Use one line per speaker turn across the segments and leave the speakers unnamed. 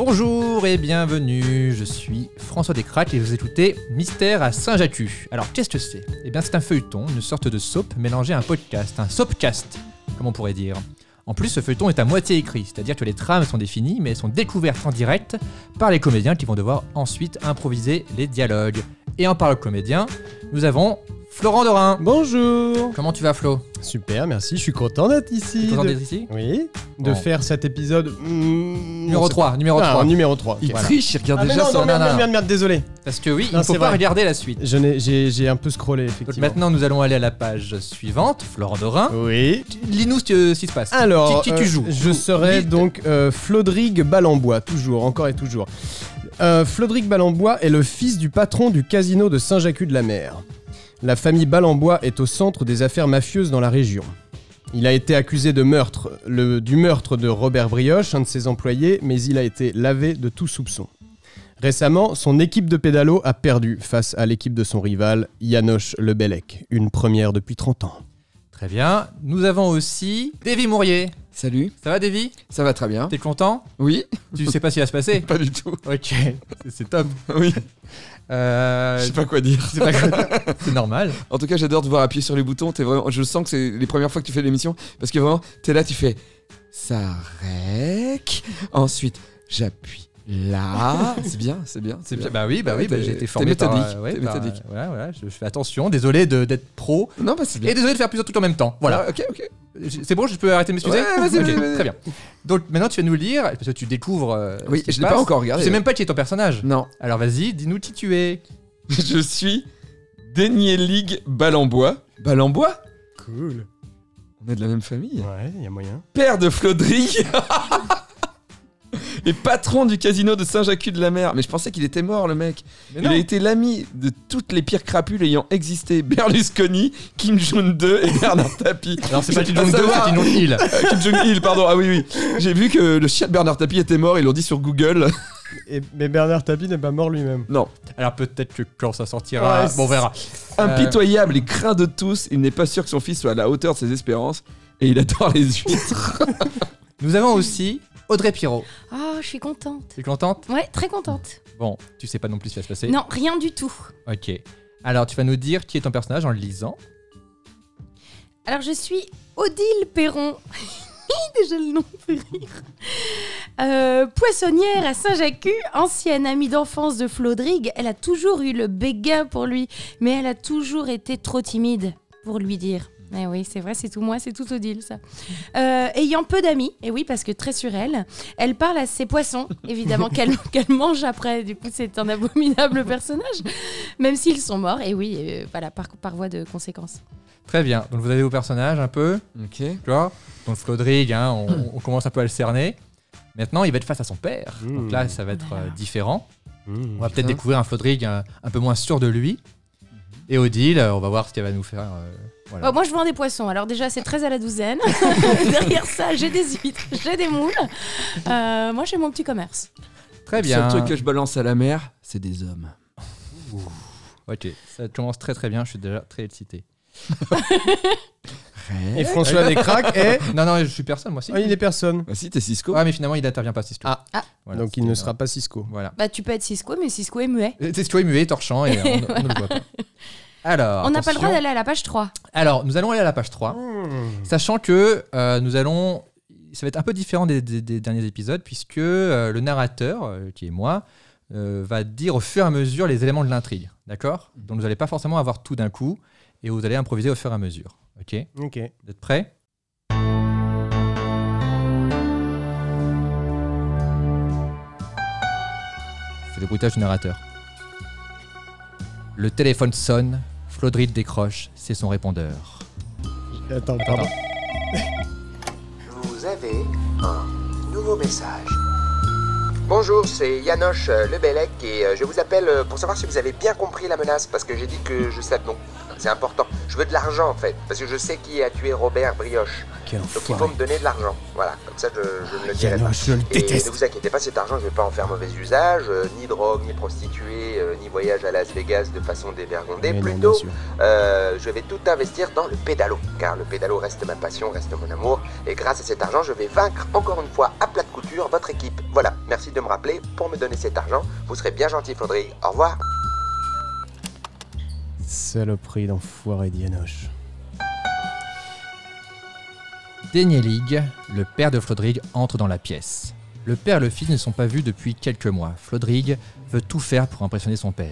Bonjour et bienvenue, je suis François Descraques et vous écoutez Mystère à Saint-Jacques. Alors qu'est-ce que c'est ? Eh bien c'est un feuilleton, une sorte de soap mélangé à un podcast, un soapcast, comme on pourrait dire. En plus ce feuilleton est à moitié écrit, c'est-à-dire que les trames sont définies mais elles sont découvertes en direct par les comédiens qui vont devoir ensuite improviser les dialogues. Et en parlant de comédiens, nous avons Florent Dorin.
Bonjour.
Comment tu vas Flo ?
Super, merci, je suis content d'être ici.
Tu es content d'être ici ?
Oui, de faire cet épisode...
Numéro 3.
Numéro 3.
Il triche, il regarde
Ah
déjà
non,
son...
merde, désolé.
Parce que oui,
Non,
il ne faut
c'est
pas
vrai.
regarder la suite.
J'ai un peu scrollé,
Donc
effectivement.
maintenant nous allons aller à la page suivante, Florent Dorin.
Oui.
Lis-nous ce qui se passe.
Alors,
qui tu joues ?
je serai
Vite.
donc Flodrig Balambois, toujours, encore et toujours. Flodrig Balambois est le fils du patron du casino de Saint-Jacques-de-la-Mer. La famille Balambois est au centre des affaires mafieuses dans la région. Il a été accusé de meurtre, du meurtre de Robert Brioche, un de ses employés, mais il a été lavé de tout soupçon. Récemment, son équipe de pédalo a perdu face à l'équipe de son rival, Janosch Lebellec, une première depuis 30 ans.
Très bien. Nous avons aussi Davy Mourier.
Salut,
Ça va Davy ?
ça va très bien.
T'es content ?
Oui,
Tu sais pas ce qui va se passer ?
pas du tout.
Ok, c'est top.
Oui, je sais pas quoi dire.
c'est pas c'est normal.
En tout cas, j'adore te voir appuyer sur les boutons. T'es vraiment... Je sens que c'est les premières fois que tu fais l'émission. Parce que vraiment, t'es là, tu fais... Ça rec. Ensuite, j'appuie là. C'est bien. bien.
Bah oui, j'ai été formé
T'es méthodique.
par...
T'es méthodique.
Voilà, je fais attention. Désolé d'être pro.
Non, bah c'est bien.
Et désolé de faire plusieurs trucs en même temps. Voilà.
Ah, ok.
C'est bon, je peux arrêter de m'excuser ?
Ouais, vas-y,
Ok,
vas-y.
très bien. Donc maintenant tu vas nous lire, parce que tu découvres...
Oui,
ce qui
je
se
l'ai pas
passe.
encore
Tu
regardé.
sais même pas qui est ton personnage.
Non.
Alors vas-y, dis-nous qui tu es.
Je suis Dénielig Balambois. Balambois ?
Cool.
On est de la même famille.
Ouais, il y a moyen.
Père de Flodrig et patron du casino de Saint-Jacques-de-la-Mer. Mais je pensais qu'il était mort, le mec.
Mais
Il a été l'ami de toutes les pires crapules ayant existé. Berlusconi, Kim Jong-2 et Bernard Tapie.
Alors c'est pas
J'ai
Kim Jong-2,
savoir.
c'est Kim Jong-il.
Kim Jong-il, pardon. Ah oui. J'ai vu que le chien de Bernard Tapie était mort, ils l'ont dit sur Google.
Mais Bernard Tapie n'est pas mort lui-même.
Non.
Alors peut-être que quand ça sortira,
Ouais,
bon, on verra.
Impitoyable et craint de tous, il n'est pas sûr que son fils soit à la hauteur de ses espérances. Et il adore les huîtres.
Nous avons aussi Audrey Pirot.
Oh, je suis contente.
Tu es contente ?
Ouais, très contente.
Bon, tu sais pas non plus ce qui va se passer.
Non, rien du tout.
Ok. Alors tu vas nous dire qui est ton personnage en le lisant.
Alors, je suis Odile Perron. Déjà, le nom me fait rire. Poissonnière à Saint-Jacques, ancienne amie d'enfance de Flodrig. Elle a toujours eu le béguin pour lui, mais elle a toujours été trop timide pour lui dire. Eh oui, c'est vrai, c'est tout moi, c'est tout Odile, ça. Ayant peu d'amis, et oui, parce que très sur elle, elle parle à ses poissons, évidemment, qu'elle mange après. Du coup, c'est un abominable personnage, même s'ils sont morts, et oui, voilà, par voie de conséquence.
Très bien. Donc vous avez vos personnages un peu,
Ok.
tu vois. Donc Flodrig, hein, on commence un peu à le cerner. Maintenant, il va être face à son père. Donc là, ça va être différent. On va peut-être découvrir un Flodrig un peu moins sûr de lui. Et Odile, on va voir ce qu'elle va nous faire. Voilà.
Oh, moi, je vends des poissons. Alors déjà, c'est 13 à la douzaine. Derrière ça, j'ai des huîtres, j'ai des moules. Moi, j'ai mon petit commerce.
Très
Le
bien.
seul truc que je balance à la mer, c'est des hommes.
Ok, ça commence très très bien. Je suis déjà très excité.
Et François Descraques est...
Non, je suis personne, moi aussi.
Ah, il est personne.
Bah si, t'es Cisco.
Ouais, mais finalement, il n'intervient pas, Cisco.
Ah.
Voilà,
Donc il ne sera pas Cisco.
Voilà.
Bah, tu peux être Cisco, mais Cisco est muet.
Cisco est muet, torchant, et on ne le voit pas. Alors,
On n'a pas le droit
attention.
d'aller à la page 3.
Alors, nous allons aller à la page 3, sachant que nous allons... Ça va être un peu différent des derniers épisodes, puisque le narrateur, qui est moi, va dire au fur et à mesure les éléments de l'intrigue. D'accord ? Donc, vous n'allez pas forcément avoir tout d'un coup, et vous allez improviser au fur et à mesure. Ok ?
Ok.
Vous êtes prêts ? C'est le bruitage du narrateur. Le téléphone sonne, Flodrig décroche, c'est son répondeur.
Attends, pardon.
Vous avez un nouveau message. Bonjour, c'est Janosch Lebellec et je vous appelle pour savoir si vous avez bien compris la menace parce que j'ai dit que je sais non. C'est important. Je veux de l'argent en fait parce que je sais qui a tué Robert Brioche.
Quel
Donc il faut
enfoiré.
me donner de l'argent. Voilà, comme ça je ne le dirai pas.
Yanoche, je le
Et
déteste.
ne vous inquiétez pas, cet argent, je vais pas en faire mauvais usage. Ni drogue, ni prostituée, ni voyage à Las Vegas de façon dévergondée.
Mais non,
Plutôt,
bien sûr.
je vais tout investir dans le pédalo. Car le pédalo reste ma passion, reste mon amour. Et grâce à cet argent, je vais vaincre encore une fois à plat de couture votre équipe. Voilà, merci de me rappeler pour me donner cet argent. Vous serez bien gentil, Flodrig. Au revoir.
Saloperie d'enfoiré d'Yanoche.
Dénielig, le père de Flodrig, entre dans la pièce. Le père et le fils ne sont pas vus depuis quelques mois. Flodrig veut tout faire pour impressionner son père.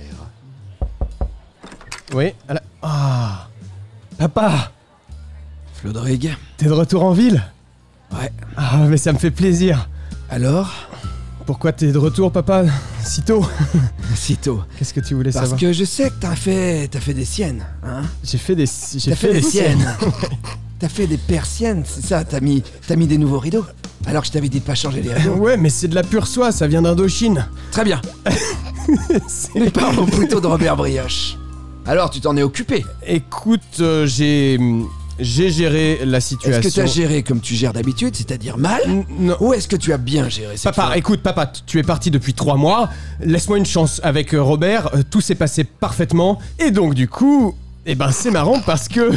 Oui, Ah Papa,
Flodrig.
t'es de retour en ville?
Ouais.
Ah, mais ça me fait plaisir.
Alors?
Pourquoi t'es de retour, papa, si tôt?
Si tôt.
Qu'est-ce que tu voulais
Parce
savoir?
que je sais que t'as fait des siennes, hein?
J'ai fait des...
T'as fait des siennes. T'as fait des persiennes, c'est ça? T'as mis des nouveaux rideaux? Alors que je t'avais dit de pas changer les rideaux.
Ouais, mais c'est de la pure soie, ça vient d'Indochine.
Très bien. Mais parlons plutôt de Robert Brioche. Alors, tu t'en es occupé?
Écoute, j'ai géré la situation.
Est-ce que tu as géré comme tu gères d'habitude, c'est-à-dire mal?
Non.
Ou est-ce que tu as bien géré cette
Papa,
fois?
écoute, papa, tu es parti depuis 3 mois. Laisse-moi une chance avec Robert. Tout s'est passé parfaitement. Et donc, du coup, c'est marrant parce que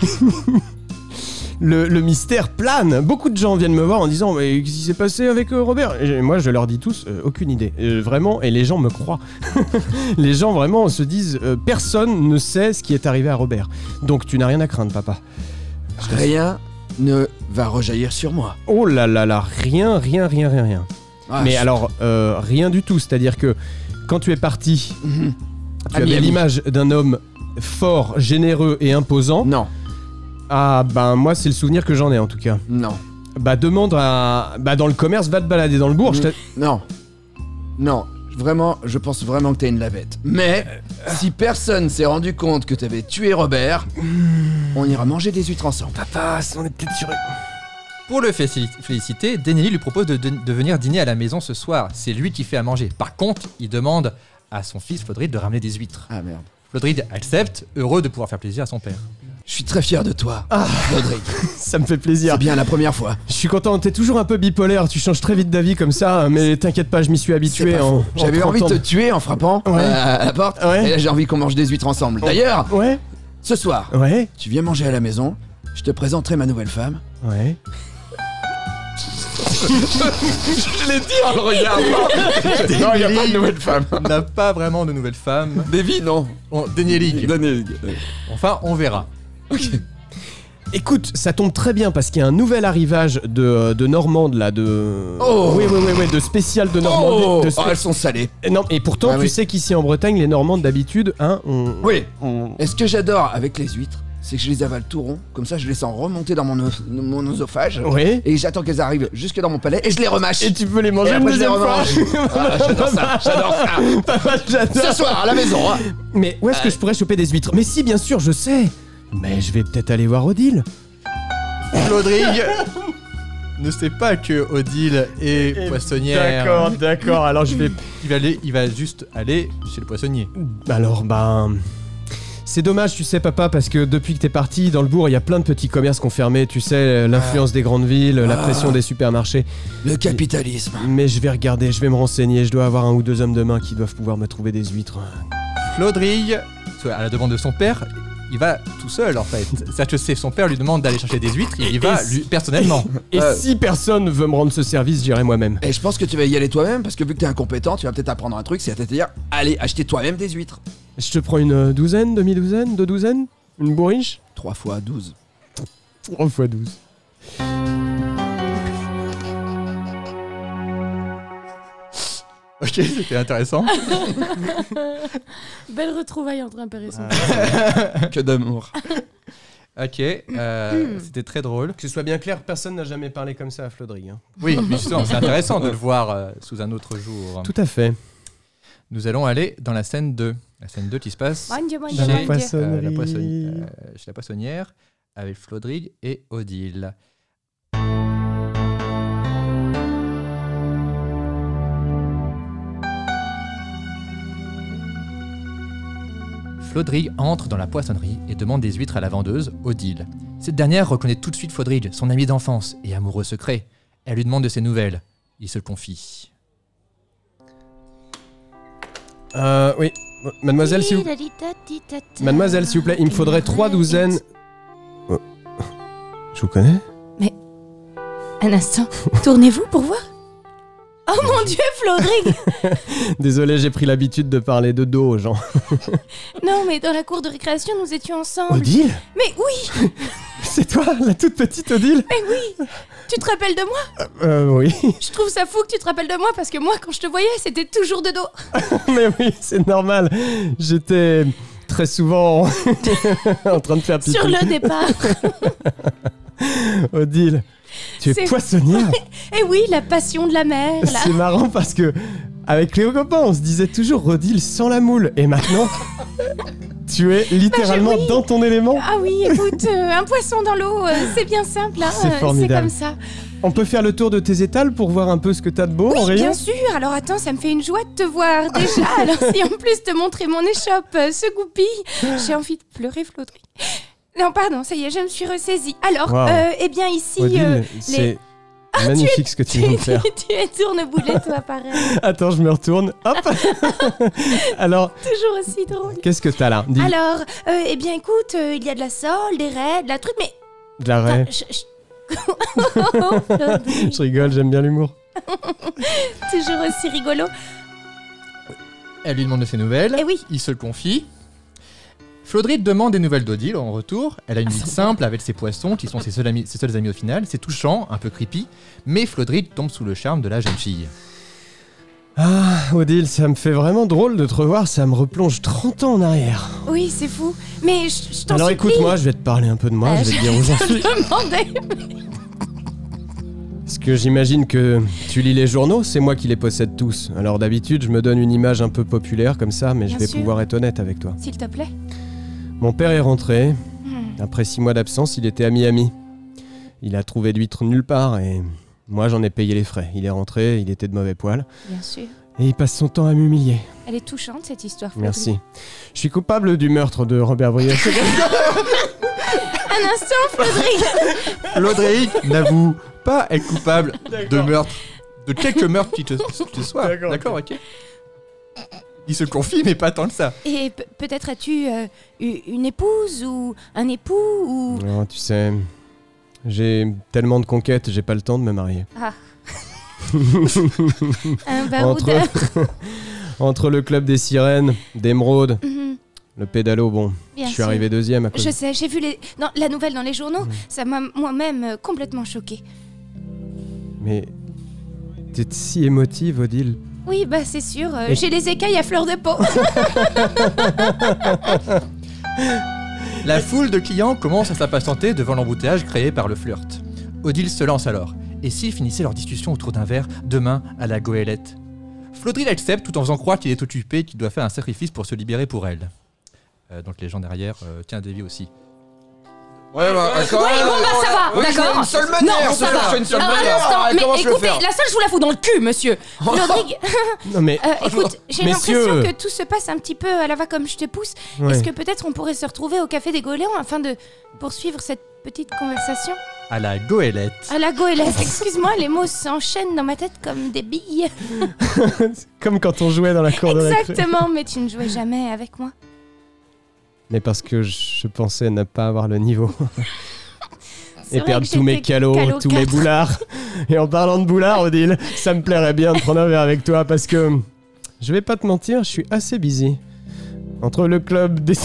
le mystère plane. Beaucoup de gens viennent me voir en disant mais qu'est-ce qui s'est passé avec Robert? Et moi, je leur dis tous aucune idée. Vraiment, et les gens me croient. Les gens vraiment se disent personne ne sait ce qui est arrivé à Robert. Donc, tu n'as rien à craindre, papa.
Rien ne va rejaillir sur moi.
Oh là là là, rien.
Ah,
Mais
je-
alors, rien du tout. C'est-à-dire que quand tu es parti,
Mhm.
tu
Ami,
avais
ami.
l'image d'un homme fort, généreux et imposant.
Non,
Ah, moi, c'est le souvenir que j'en ai en tout cas.
non,
Demande à. Dans le commerce, va te balader dans le bourg.
non, non. Vraiment, je pense vraiment que t'es une lavette. Mais si personne s'est rendu compte que t'avais tué Robert, on ira manger des huîtres ensemble.
Papa, on est peut-être sur.
Pour le féliciter, Dénielig lui propose de venir dîner à la maison ce soir. C'est lui qui fait à manger. Par contre, il demande à son fils Flodrig de ramener des huîtres.
Ah merde.
Flodrig accepte, heureux de pouvoir faire plaisir à son père.
Je suis très fier de toi, Flodrig.
Ça me fait plaisir.
C'est bien la première fois.
Je suis content, t'es toujours un peu bipolaire, tu changes très vite d'avis comme ça, mais t'inquiète pas, je m'y suis
C'est
habitué
pas
en.
faux. J'avais
en
envie de
30
te tuer en frappant
Ouais.
à la porte.
Ouais.
Et là, j'ai envie qu'on mange des huîtres ensemble. D'ailleurs,
ans. Ouais,
ce soir,
ouais,
tu viens manger à la maison. Je te présenterai ma nouvelle femme.
ouais.
Je l'ai dit en le regardant. Non, il n'y a pas de nouvelle femme.
On n'a pas vraiment de nouvelle femme.
Davy, non.
Dénielig.
Donnez.
Enfin, on verra.
Écoute, ça tombe très bien parce qu'il y a un nouvel arrivage de Normande là, de.
Oh.
Oui, de spécial de Normandie.
Oh,
de
oh,
spé-
elles sont salées.
Non, et pourtant,
Ah
tu
oui.
sais qu'ici en Bretagne, les Normandes d'habitude, hein,
Oui.
on-
Et ce que j'adore avec les huîtres, c'est que je les avale tout rond. Comme ça, je les sens remonter dans mon oesophage.
Ouais.
Et j'attends qu'elles arrivent jusque dans mon palais et je les remâche.
Et tu peux les
Et
manger une
après, je les
deuxième fois.
remange. Ah, j'adore ça, j'adore ça.
Papa, j'adore.
Ce soir, à la maison. Hein.
Mais où est-ce que je pourrais choper des huîtres? Mais si, bien sûr, je sais. Mais je vais peut-être aller voir Odile.
Flodrig ne sait pas que Odile est poissonnière.
d'accord. Alors je vais.
Il va juste aller chez le poissonnier.
Alors, c'est dommage, tu sais, papa, parce que depuis que t'es parti, dans le bourg, il y a plein de petits commerces qui ont fermé, tu sais, l'influence des grandes villes, la pression des supermarchés.
Le capitalisme.
Mais je vais regarder, je vais me renseigner, je dois avoir 1 ou 2 hommes de main qui doivent pouvoir me trouver des huîtres.
Flodrig, à la demande de son père, il va tout seul en fait. C'est-à-dire que son père lui demande d'aller chercher des huîtres, il y va lui, personnellement.
Et si personne veut me rendre ce service, j'irai moi-même.
Et je pense que tu vas y aller toi-même parce que vu que t'es incompétent, tu vas peut-être apprendre un truc, c'est à te dire allez acheter toi-même des huîtres.
Je te prends une douzaine, demi-douzaine, 2 douzaines? Une bourriche?
3 fois 12.
3 fois 12.
Ok, c'était intéressant.
Belle retrouvaille entre un père et son
Que d'amour.
Ok, c'était très drôle.
Que ce soit bien clair, personne n'a jamais parlé comme ça à Flodrig. Hein.
Oui, mais justement, c'est intéressant de le voir sous un autre jour.
Tout à fait.
Nous allons aller dans la scène 2. La scène 2 qui se passe
Mon Dieu,
Dans la
chez,
poissonnerie.
chez la poissonnière avec Flodrig et Odile. Flodrig entre dans la poissonnerie et demande des huîtres à la vendeuse, Odile. Cette dernière reconnaît tout de suite Flodrig, son ami d'enfance et amoureux secret. Elle lui demande de ses nouvelles. Il se le confie.
Oui. Mademoiselle, s'il vous plaît. Mademoiselle, s'il vous plaît, il me faudrait 3 douzaines... Oh. Je vous connais?
Un instant, tournez-vous pour voir. Oh mon Dieu, Flodrig!
Désolé, j'ai pris l'habitude de parler de dos aux gens.
Non, mais dans la cour de récréation, nous étions ensemble.
Odile?
Mais oui,
C'est toi, la toute petite Odile?
mais oui. Tu te rappelles de moi?
Oui.
Je trouve ça fou que tu te rappelles de moi parce que moi, quand je te voyais, c'était toujours de dos.
Mais oui, c'est normal. J'étais très souvent en train de faire pipi.
Sur le départ.
Odile, tu es
C'est-
poissonnière?
Et oui, la passion de la mer, là.
C'est marrant parce que avec les copains, on se disait toujours Odile sans la moule. Et maintenant, tu es littéralement dans ton élément.
Ah oui, écoute, un poisson dans l'eau, c'est bien simple, hein.
C'est formidable.
C'est comme ça.
On peut faire le tour de tes étals pour voir un peu ce que t'as de beau en
Oui,
rayon?
bien sûr. Alors attends, ça me fait une joie de te voir déjà. Alors si en plus te montrer mon échoppe se goupille, j'ai envie de pleurer, Flodrig. Non, pardon, ça y est, je me suis ressaisie. Alors,
Wow.
eh bien ici,
Odile, c'est magnifique ce que tu viens de faire.
tu es tourne-boulet, toi, pareil.
Attends, je me retourne. Hop. Alors,
Toujours aussi drôle.
qu'est-ce que t'as là? Dis.
Alors, eh bien écoute, il y a de la sole, des raies, de la truc, mais...
De la raie.
Oh, Flodrig,
Je rigole, j'aime bien l'humour.
toujours aussi rigolo.
Elle lui demande de ses nouvelles.
Eh oui.
Il se le confie. Flodrig demande des nouvelles d'Odile en retour. Elle a une vie simple avec ses poissons qui sont ses seuls amis au final. C'est touchant, un peu creepy, mais Flodrig tombe sous le charme de la jeune fille.
Ah, Odile, ça me fait vraiment drôle de te revoir, ça me replonge 30 ans en arrière.
Oui, c'est fou. Mais je t'en
Alors
supplie.
écoute-moi, je vais te parler un peu de moi, je vais te dire où j'en suis.
demandais.
Parce que j'imagine que tu lis les journaux, c'est moi qui les possède tous. Alors d'habitude, je me donne une image un peu populaire comme ça, mais
Bien
je vais
sûr.
pouvoir être honnête avec toi.
S'il te plaît.
Mon père est rentré,
Hmm.
après 6 mois d'absence, il était à Miami. Il a trouvé d'huîtres nulle part et moi j'en ai payé les frais. Il est rentré, il était de mauvais poil,
Bien sûr.
et il passe son temps à m'humilier.
Elle est touchante, cette histoire. Flodrig.
Merci. Je suis coupable du meurtre de Robert Brière.
Un instant, Flodrig.
Flodrig n'avoue pas être coupable de meurtre, de quelques meurtres qui te soient.
D'accord,
D'accord, ok. Il se confie, mais pas tant que ça.
Et peut-être as-tu une épouse ou un époux ou...
Non, tu sais, j'ai tellement de conquêtes, j'ai pas le temps de me marier.
Un baroudeur.
Entre le club des sirènes, d'émeraude,
Mhm,
le pédalo, bon,
bien
je suis
sûr.
arrivé deuxième à cause.
Je sais, j'ai vu la nouvelle dans les journaux. Ça m'a moi-même complètement choquée.
Mais t'es si émotive, Odile.
Oui, bah c'est sûr.
Et-
J'ai les écailles à fleur de peau.
La foule de clients commence à s'impatienter devant l'embouteillage créé par le flirt. Odile se lance alors. Et s'ils finissaient leur discussion autour d'un verre demain à la goélette? Flodrig accepte tout en faisant croire qu'il est occupé et qu'il doit faire un sacrifice pour se libérer pour elle. Donc les gens derrière, tiens, Davy aussi.
Ouais, bah, quand
Ouais,
même,
bon, bah, ça va,
oui,
d'accord.
c'est une seule manière,
Non, ça va.
c'est une seule
Non, un
manière.
instant,
Ah,
mais
comment je vais
écoutez,
faire
la seule, je vous la fous dans le cul, monsieur. Flodrig,
Non mais,
écoute, j'ai
Messieurs.
l'impression que tout se passe un petit peu à la va comme je te pousse.
ouais.
Est-ce que peut-être on pourrait se retrouver au Café des Goélands afin de poursuivre cette petite conversation?
À la goélette.
À la goélette, excuse-moi, les mots s'enchaînent dans ma tête comme des billes.
Comme quand on jouait dans la cour de la crue.
Exactement, mais tu ne jouais jamais avec moi.
Mais parce que je pensais ne pas avoir le niveau.
C'est
Et
vrai
perdre
que
tous mes
j'étais
calots,
calo
tous mes
4.
boulards. Et en parlant de boulards, Odile, ça me plairait bien de prendre un verre avec toi parce que, je vais pas te mentir, je suis assez busy. Entre le club des...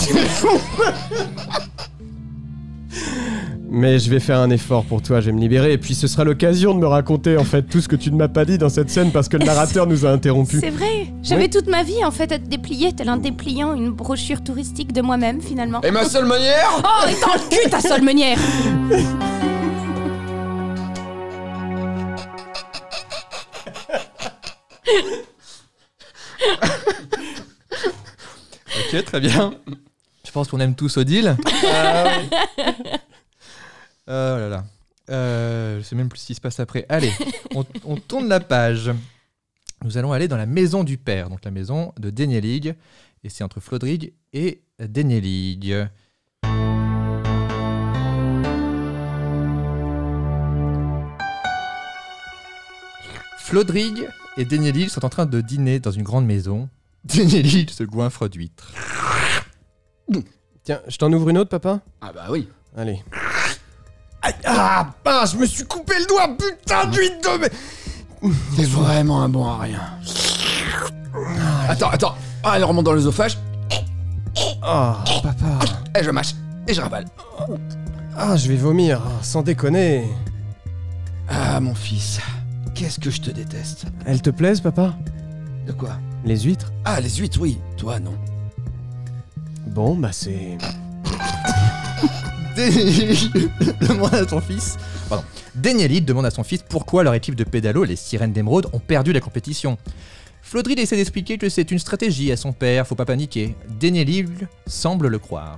Mais je vais faire un effort pour toi, je vais me libérer. Et puis ce sera l'occasion de me raconter en fait tout ce que tu ne m'as pas dit dans cette scène parce que le narrateur nous a interrompus.
C'est vrai, j'avais
Oui.
toute ma vie en fait à te déplier tel un dépliant, une brochure touristique de moi-même finalement.
Et ma seule manière
Oh, et dans le cul ta seule meunière.
Ok, très bien. Je pense qu'on aime tous Odile. Oh là là. Je sais même plus ce qui se passe après. Allez, on tourne la page. Nous allons aller dans la maison du père, donc la maison de Dénielig. Et c'est entre Flodrig et Dénielig. Flodrig et Dénielil sont en train de dîner dans une grande maison. Dénielil se goinfre d'huîtres.
Tiens, je t'en ouvre une autre, papa?
Ah bah oui.
Allez. Aïe, ah, je me suis coupé le doigt, putain d'huile de...
T'es vraiment un bon à rien. Attends. Ah, elle remonte dans l'œsophage.
Oh, papa.
Et je mâche. Et je ravale.
Ah, je vais vomir, sans déconner.
Ah, mon fils. Qu'est-ce que je te déteste.
Elles te plaisent, papa?
De quoi?
Les huîtres?
Ah, les huîtres, oui. Toi, non.
Bon, bah c'est...
Dénielil demande à son fils... Pardon. Dénielil demande à son fils pourquoi leur équipe de pédalo, les Sirènes d'Émeraude, ont perdu la compétition. Flodrig essaie d'expliquer que c'est une stratégie à son père, faut pas paniquer. Dénielil semble le croire.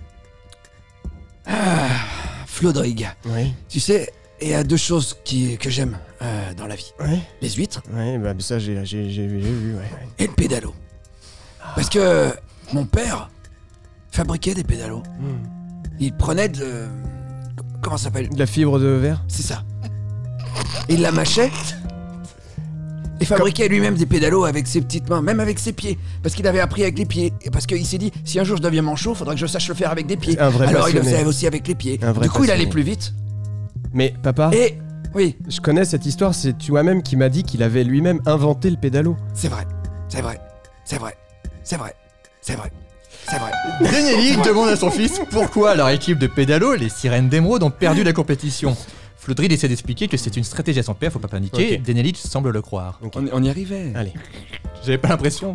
Flodrig.
Oui.
Tu sais, il y a deux choses que j'aime dans la vie.
Ouais.
Les huîtres
Ouais, bah ça j'ai vu, ouais.
et le pédalo. Parce que mon père fabriquait des pédalos. Il prenait de... Comment ça s'appelle?
De la fibre de verre?
C'est ça. Il la mâchait et fabriquait lui-même des pédalos avec ses petites mains, même avec ses pieds. Parce qu'il avait appris avec les pieds. Et parce qu'il s'est dit, si un jour je deviens manchot, faudrait que je sache le faire avec des pieds.
Un vrai
Alors il le
passionné.
faisait aussi avec les pieds.
Un vrai
Du coup, il allait
passionné.
plus vite.
Mais papa,
Et... Oui,
je connais cette histoire, c'est toi-même qui m'as dit qu'il avait lui-même inventé le pédalo.
c'est vrai. C'est vrai. C'est vrai. C'est vrai. C'est vrai. C'est vrai.
Dénielil demande à son fils pourquoi leur équipe de pédalo, les Sirènes d'Émeraude, ont perdu la compétition. Flodrig essaie d'expliquer que c'est une stratégie à son père, faut pas paniquer.
Ok.
Dénielil semble le croire.
On y arrivait.
Allez.
J'avais pas l'impression.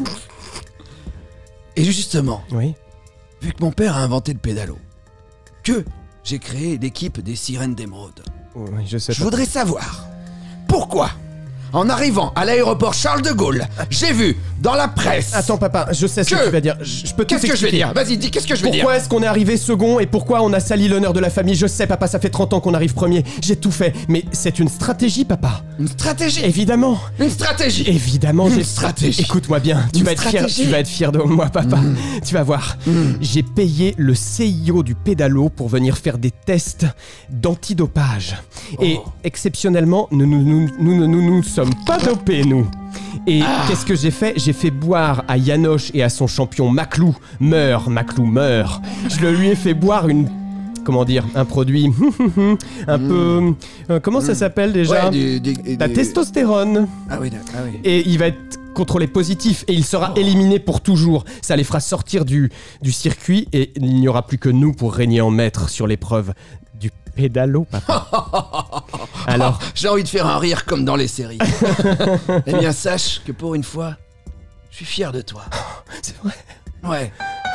Et justement,
Oui.
vu que mon père a inventé le pédalo, que j'ai créé l'équipe des Sirènes d'Émeraude,
Oui, je sais
je
pas.
voudrais savoir pourquoi, en arrivant à l'aéroport Charles de Gaulle, j'ai vu dans la presse...
Attends papa, je sais ce que
Que
tu vas dire. Je peux tout
Qu'est-ce que je vais
expliquer.
dire? Vas-y, dis, qu'est-ce que je vais dire?
Pourquoi est-ce qu'on est arrivé second et pourquoi on a sali l'honneur de la famille? Je sais papa, ça fait 30 ans qu'on arrive premier. J'ai tout fait. Mais c'est une stratégie papa.
Une stratégie.
Évidemment.
Une stratégie.
Évidemment,
Une
j'ai...
stratégie.
Écoute-moi bien, tu
Une
vas être fier,
stratégie.
tu vas être fier de moi papa. Tu vas voir. J'ai payé le CIO du pédalo pour venir faire des tests d'antidopage. Et exceptionnellement, nous ne sommes pas dopés nous. Et qu'est-ce que j'ai fait? J'ai fait boire à Yanoche et à son champion Maclou meurt. Je le lui ai fait boire comment dire, un produit un peu... comment ça s'appelle déjà?
Ouais,
La testostérone.
Ah oui, ah oui.
Et il va être contrôlé positif et il sera éliminé pour toujours. Ça les fera sortir du circuit et il n'y aura plus que nous pour régner en maître sur l'épreuve du pédalo, papa. Alors,
J'ai envie de faire un rire comme dans les séries. Eh bien, sache que pour une fois, je suis fier de toi.
c'est vrai.
Ouais.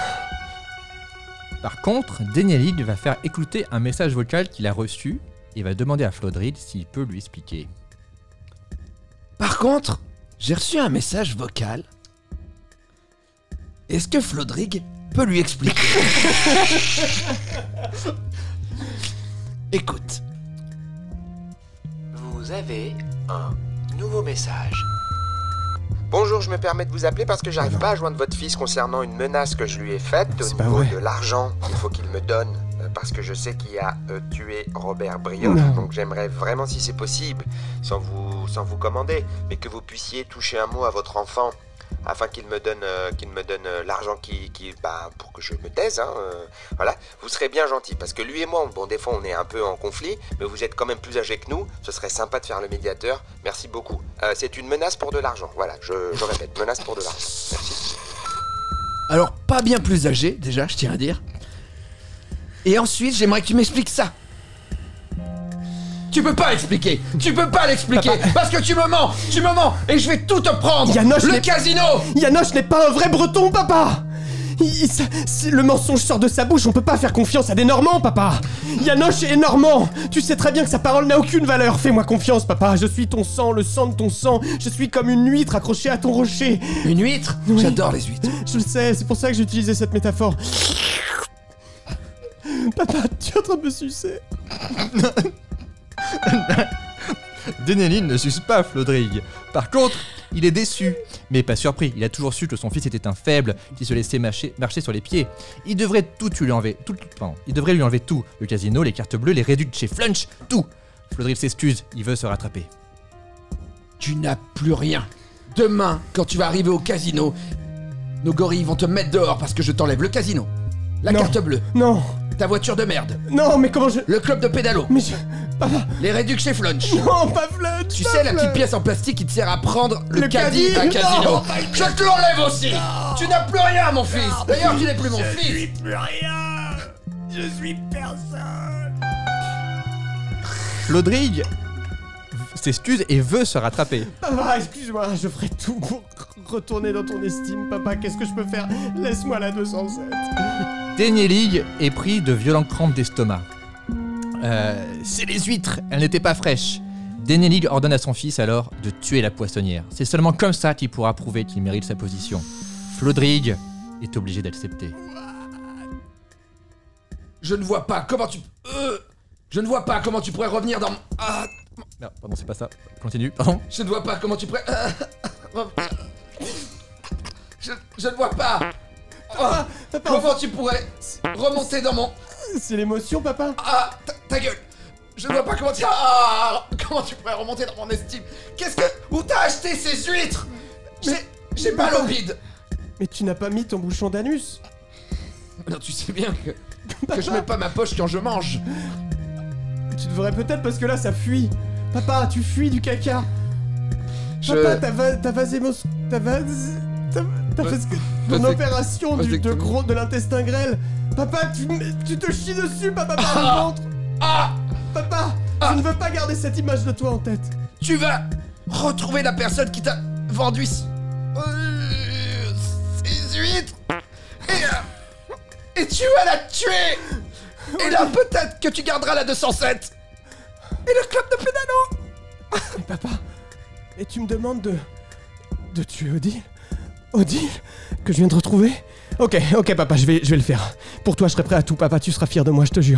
Par contre, Dénielil va faire écouter un message vocal qu'il a reçu et va demander à Flodrig s'il peut lui expliquer.
Par contre, j'ai reçu un message vocal. Est-ce que Flodrig peut lui expliquer? Écoute.
Vous avez un nouveau message. Bonjour, je me permets de vous appeler parce que j'arrive pas à joindre votre fils concernant une menace que je lui ai faite au
C'est pas
niveau
vrai.
de l'argent qu'il faut qu'il me donne parce que je sais qu'il a tué Robert Brioche.
Non.
Donc j'aimerais vraiment, si c'est possible, sans vous commander, mais que vous puissiez toucher un mot à votre enfant afin qu'il me donne l'argent pour que je me taise. Voilà, vous serez bien gentil parce que lui et moi, bon, des fois on est un peu en conflit, mais vous êtes quand même plus âgés que nous. Ce serait sympa de faire le médiateur. Merci beaucoup. C'est une menace pour de l'argent. Voilà, je répète, menace pour de l'argent. Merci.
Alors, pas bien plus âgé, déjà, je tiens à dire. Et ensuite, j'aimerais que tu m'expliques ça. Tu peux pas l'expliquer. Parce que tu me mens, et je vais tout te prendre.
Yanoche,
le
les-
casino.
Yanoche n'est pas un vrai breton, papa. Le mensonge sort de sa bouche, on peut pas faire confiance à des Normands, papa. Yanoche est normand. Tu sais très bien que sa parole n'a aucune valeur. Fais-moi confiance, papa. Je suis ton sang, le sang de ton sang. Je suis comme une huître accrochée à ton rocher.
Une huître.
Oui.
J'adore les huîtres.
Je le sais, c'est pour ça que j'ai utilisé cette métaphore. Papa, tu es en train de me sucer.
Dénielil ne suce pas Flodrig. Par contre, il est déçu, mais pas surpris. Il a toujours su que son fils était un faible qui se laissait marcher sur les pieds. Il devrait lui enlever tout. Le casino, les cartes bleues, les réducs chez Flunch, tout. Flodrig s'excuse, il veut se rattraper.
Tu n'as plus rien. Demain, quand tu vas arriver au casino, nos gorilles vont te mettre dehors parce que je t'enlève le casino, la
Non.
carte bleue,
Non,
ta voiture de merde,
non, mais comment je...
le club de pédalo,
Mais je... Papa,
les réducs chez Flunch.
non, pas Flunch.
Tu sais, la petite pièce en plastique qui te sert à prendre le caddie
caddie.
à casino.
Non,
Je te l'enlève aussi. Tu n'as plus rien, mon fils. D'ailleurs, tu n'es plus mon fils.
Flodrig s'excuse et veut se rattraper.
Papa, excuse-moi, je ferai tout pour retourner dans ton estime, papa. Qu'est-ce que je peux faire? Laisse-moi la 207.
Dénielig est pris de violentes crampes d'estomac. C'est les huîtres, elles n'étaient pas fraîches. Dénielig ordonne à son fils alors de tuer la poissonnière. C'est seulement comme ça qu'il pourra prouver qu'il mérite sa position. Flodrig est obligé d'accepter.
Je ne vois pas comment tu... Je ne vois pas comment tu pourrais revenir dans... Ah,
Non, pardon, c'est pas ça. Continue, pardon.
je ne vois pas comment tu pourrais... Je ne vois pas.
Papa,
Comment tu pourrais remonter dans mon...
c'est l'émotion, papa.
Ah, ta gueule. Je ne vois pas comment tu... comment tu pourrais remonter dans mon estime. Qu'est-ce que... Où t'as acheté ces huîtres? J'ai mal au bide.
Mais tu n'as pas mis ton bouchon d'anus.
Non, tu sais bien que je mets pas ma poche quand je mange.
Tu devrais peut-être parce que là, ça fuit. Papa, tu fuis du caca. Papa, t'as fait ton opération de l'intestin grêle. Papa, tu te chies dessus, papa, par le ventre. Papa, je ne veux pas garder cette image de toi en tête.
Tu vas retrouver la personne qui t'a vendu ces huîtres et tu vas la tuer. Et là, peut-être que tu garderas la 207 et le club de pédalo.
Mais papa, et tu me demandes de tuer Odile? Odile, que je viens de retrouver? Ok, papa, je vais le faire. Pour toi, je serai prêt à tout, papa, tu seras fier de moi, je te jure.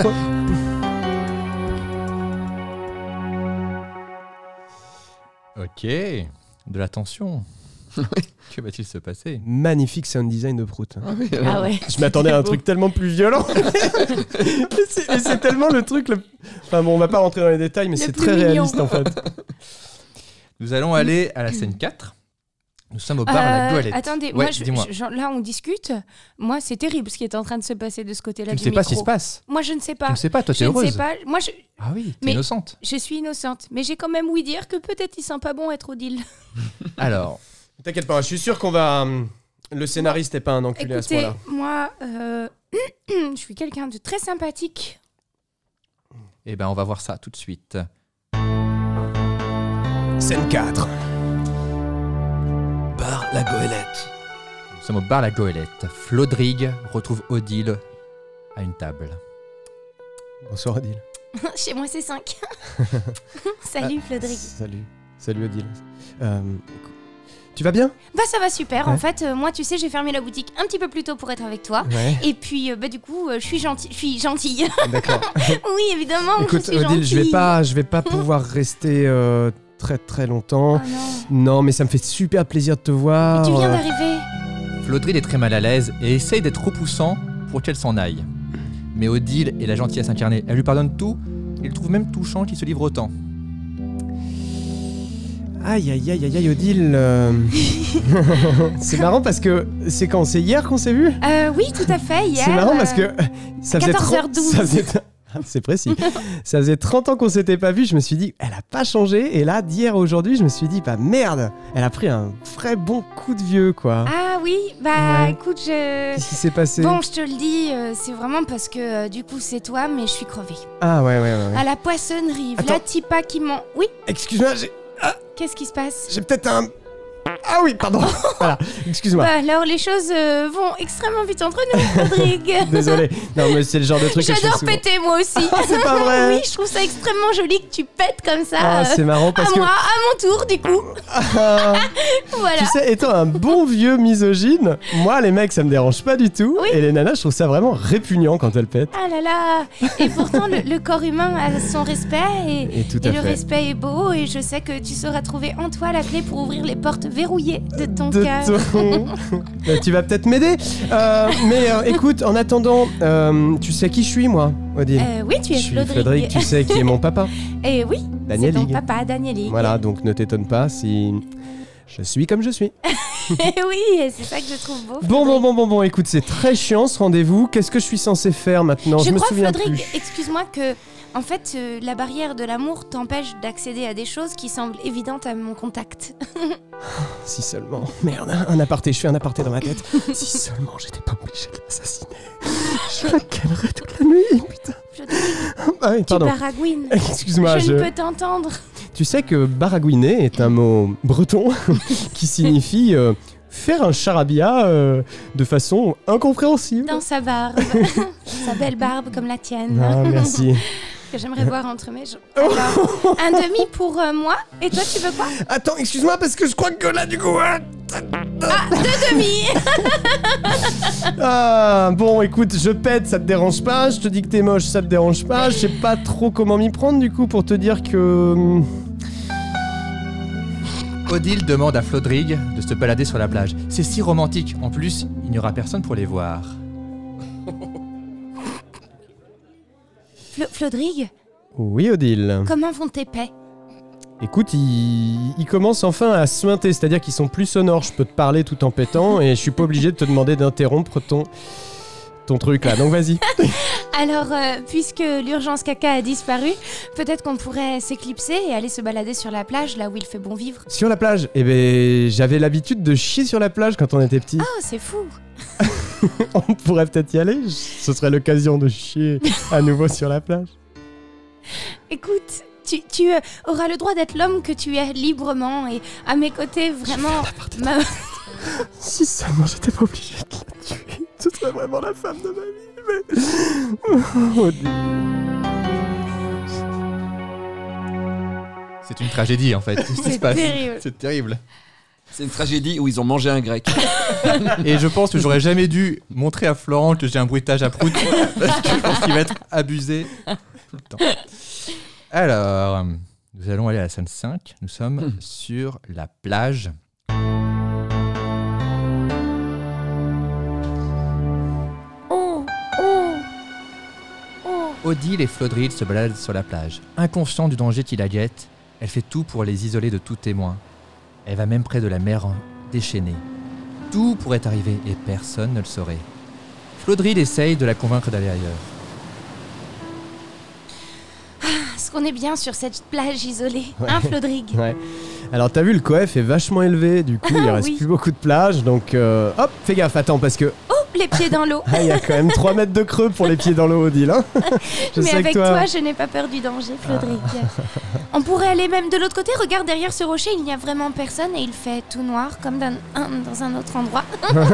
Ok, de la tension. Que va-t-il se passer?
Magnifique sound design de Prout.
Ah ouais.
Je m'attendais à un truc tellement plus violent. Et c'est tellement le truc... Enfin bon, on va pas rentrer dans les détails, mais
Le
c'est
plus
très
mignon.
réaliste en fait.
Nous allons aller à la scène 4. Nous sommes au bar à la Goélette.
Attendez,
Ouais,
moi,
dis-moi.
là, on discute. Moi, c'est terrible ce qui est en train de se passer de ce côté-là
Tu ne
du
sais pas
micro.
ce qui se passe.
Moi, je ne sais pas.
Tu ne sais pas, toi,
Je
t'es
ne
heureuse.
sais pas. Moi,
Ah oui, t'es
Mais-
innocente.
je suis innocente. Mais j'ai quand même ouï dire que peut-être il sent pas bon être Odile.
Alors,
T'inquiète pas, je suis sûr qu'on va... Le scénariste est pas un enculé à ce
Écoutez,
point-là.
moi, je suis quelqu'un de très sympathique.
eh ben, on va voir ça tout de suite.
Scène 4.
Bar la Goélette.
Nous sommes au bar la Goélette. Flodrig retrouve Odile à une table.
Bonsoir Odile.
Chez moi, c'est 5. Salut, Flodrig.
Salut Odile. Écoute, tu vas bien?
Bah, ça va super.
Ouais.
En fait, moi, tu sais, j'ai fermé la boutique un petit peu plus tôt pour être avec toi.
Ouais.
Et puis, du coup, je suis gentille.
D'accord.
Oui, évidemment.
Écoute
je suis
Odile, je
gentille.
vais pas pouvoir rester très très longtemps.
Oh non.
Non, mais ça me fait super plaisir de te voir.
Tu viens d'arriver.
Flodrig est très mal à l'aise et essaye d'être repoussant pour qu'elle s'en aille. Mais Odile est la gentillesse incarnée. Elle lui pardonne tout. Il trouve même touchant qu'il se livre autant.
Aïe aïe aïe aïe aïe Odile. C'est marrant parce que c'est quand? C'est hier qu'on s'est vu?
Oui, tout à fait. Hier.
C'est marrant parce que ça faisait
14h12.
ça faisait- Ah, c'est précis. Ça faisait 30 ans qu'on s'était pas vu. Je me suis dit, elle a pas changé. Et là, d'hier à aujourd'hui, je me suis dit, bah merde, elle a pris un vrai bon coup de vieux, quoi.
Ah oui, bah
Ouais.
écoute,
Qu'est-ce qui s'est passé?
Bon, je te le dis, c'est vraiment parce que du coup c'est toi, mais je suis crevée.
Ah ouais.
À la poissonnerie,
Attends.
la Tipa qui ment. Oui,
Excuse-moi,
qu'est-ce qui se passe?
j'ai peut-être un... Ah oui, pardon. Voilà, excuse-moi.
Bah, alors les choses vont extrêmement vite entre nous, Rodrigue.
Désolé. Non, mais c'est le genre de truc que je fais
J'adore
souvent.
péter moi aussi.
C'est pas vrai.
Oui, je trouve ça extrêmement joli que tu pètes comme ça.
Ah, c'est marrant parce
à
que...
moi, à mon tour du coup.
Ah,
Voilà.
tu sais, étant un bon vieux misogyne, moi, les mecs, ça me dérange pas du tout.
Oui.
Et les nanas, je trouve ça vraiment répugnant quand elles pètent.
Ah là là. Et pourtant le corps humain a son respect
Et tout à
et le
fait.
respect est beau et je sais que tu sauras trouver en toi la clé pour ouvrir les portes verrouillées de ton
De
cœur.
ton... Bah, tu vas peut-être m'aider. Écoute, en attendant, tu sais qui je suis, moi, Odile?
Oui, tu
Je
es
suis
Flodrig.
Flodrig, tu sais qui est mon papa.
Et oui.
Daniel
C'est ton
Higg.
papa, Daniel Higg.
Voilà, donc ne t'étonne pas si je suis comme je suis.
Oui, et c'est ça que je trouve beau.
Bon, écoute, c'est très chiant ce rendez-vous. Qu'est-ce que je suis censé faire maintenant? Je me
crois,
souviens
Flodrig,
plus.
excuse-moi que, en fait, la barrière de l'amour t'empêche d'accéder à des choses qui semblent évidentes à mon contact.
Si seulement. Merde, un aparté, je fais un aparté dans ma tête. Si seulement j'étais pas obligé de l'assassiner. Je raquellerais toute la nuit, putain.
Flodrig,
Ah oui,
tu
pardon.
baragouines.
Excuse-moi,
Je ne peux t'entendre.
Tu sais que baragouiner est un mot breton qui signifie faire un charabia de façon incompréhensible.
Dans sa barbe. Sa belle barbe comme la tienne.
Ah, merci.
Que j'aimerais voir entre mes jambes. Alors, un demi pour moi. Et toi, tu veux quoi?
Attends, excuse-moi, parce que je crois que là, du coup...
Ah, deux demi.
Ah, bon, écoute, je pète, ça te dérange pas. Je te dis que t'es moche, ça te dérange pas. Je sais pas trop comment m'y prendre, du coup, pour te dire que...
Odile demande à Flodrig de se balader sur la plage. C'est si romantique. En plus, il n'y aura personne pour les voir.
Flodrig,
Oui, Odile.
comment vont tes paix?
Écoute, ils commencent enfin à suinter, c'est-à-dire qu'ils sont plus sonores. Je peux te parler tout en pétant et je suis pas obligé de te demander d'interrompre ton truc là. Donc vas-y.
Alors, puisque l'urgence caca a disparu, peut-être qu'on pourrait s'éclipser et aller se balader sur la plage, là où il fait bon vivre.
Sur la plage, eh ben, j'avais l'habitude de chier sur la plage quand on était petit.
Oh, c'est fou.
On pourrait peut-être y aller. Ce serait l'occasion de chier à nouveau sur la plage.
Écoute, tu auras le droit d'être l'homme que tu es librement et à mes côtés, vraiment...
Si seulement j'étais pas obligé de la tuer, ce serait vraiment la femme de ma vie, mais... Odile.
C'est une tragédie en fait. C'est ce qui se passe.
terrible.
C'est terrible.
C'est une tragédie où ils ont mangé un grec.
Et je pense que j'aurais jamais dû montrer à Florent que j'ai un bruitage à prout parce que je pense qu'il va être abusé tout le temps. Alors, nous allons aller à la scène 5. Nous sommes sur la plage. Odile et Flodrig se baladent sur la plage. Inconsciente du danger qui la guette, elle fait tout pour les isoler de tout témoin. Elle va même près de la mer déchaînée. Tout pourrait arriver et personne ne le saurait. Flodrig essaye de la convaincre d'aller ailleurs.
Est-ce qu'on est bien sur cette plage isolée, hein, Flodrig?
Ouais. Alors t'as vu, le coef est vachement élevé, du coup il reste
Oui.
plus beaucoup de plage, donc hop, fais gaffe, attends, parce que
Oh, les pieds dans l'eau.
il y a quand même 3 mètres de creux pour les pieds dans l'eau, Odile. Hein. Je
Mais
sais
avec
que
toi, je n'ai pas peur du danger, Flodrig. On pourrait aller même de l'autre côté. Regarde, derrière ce rocher, il n'y a vraiment personne et il fait tout noir, comme dans un autre endroit.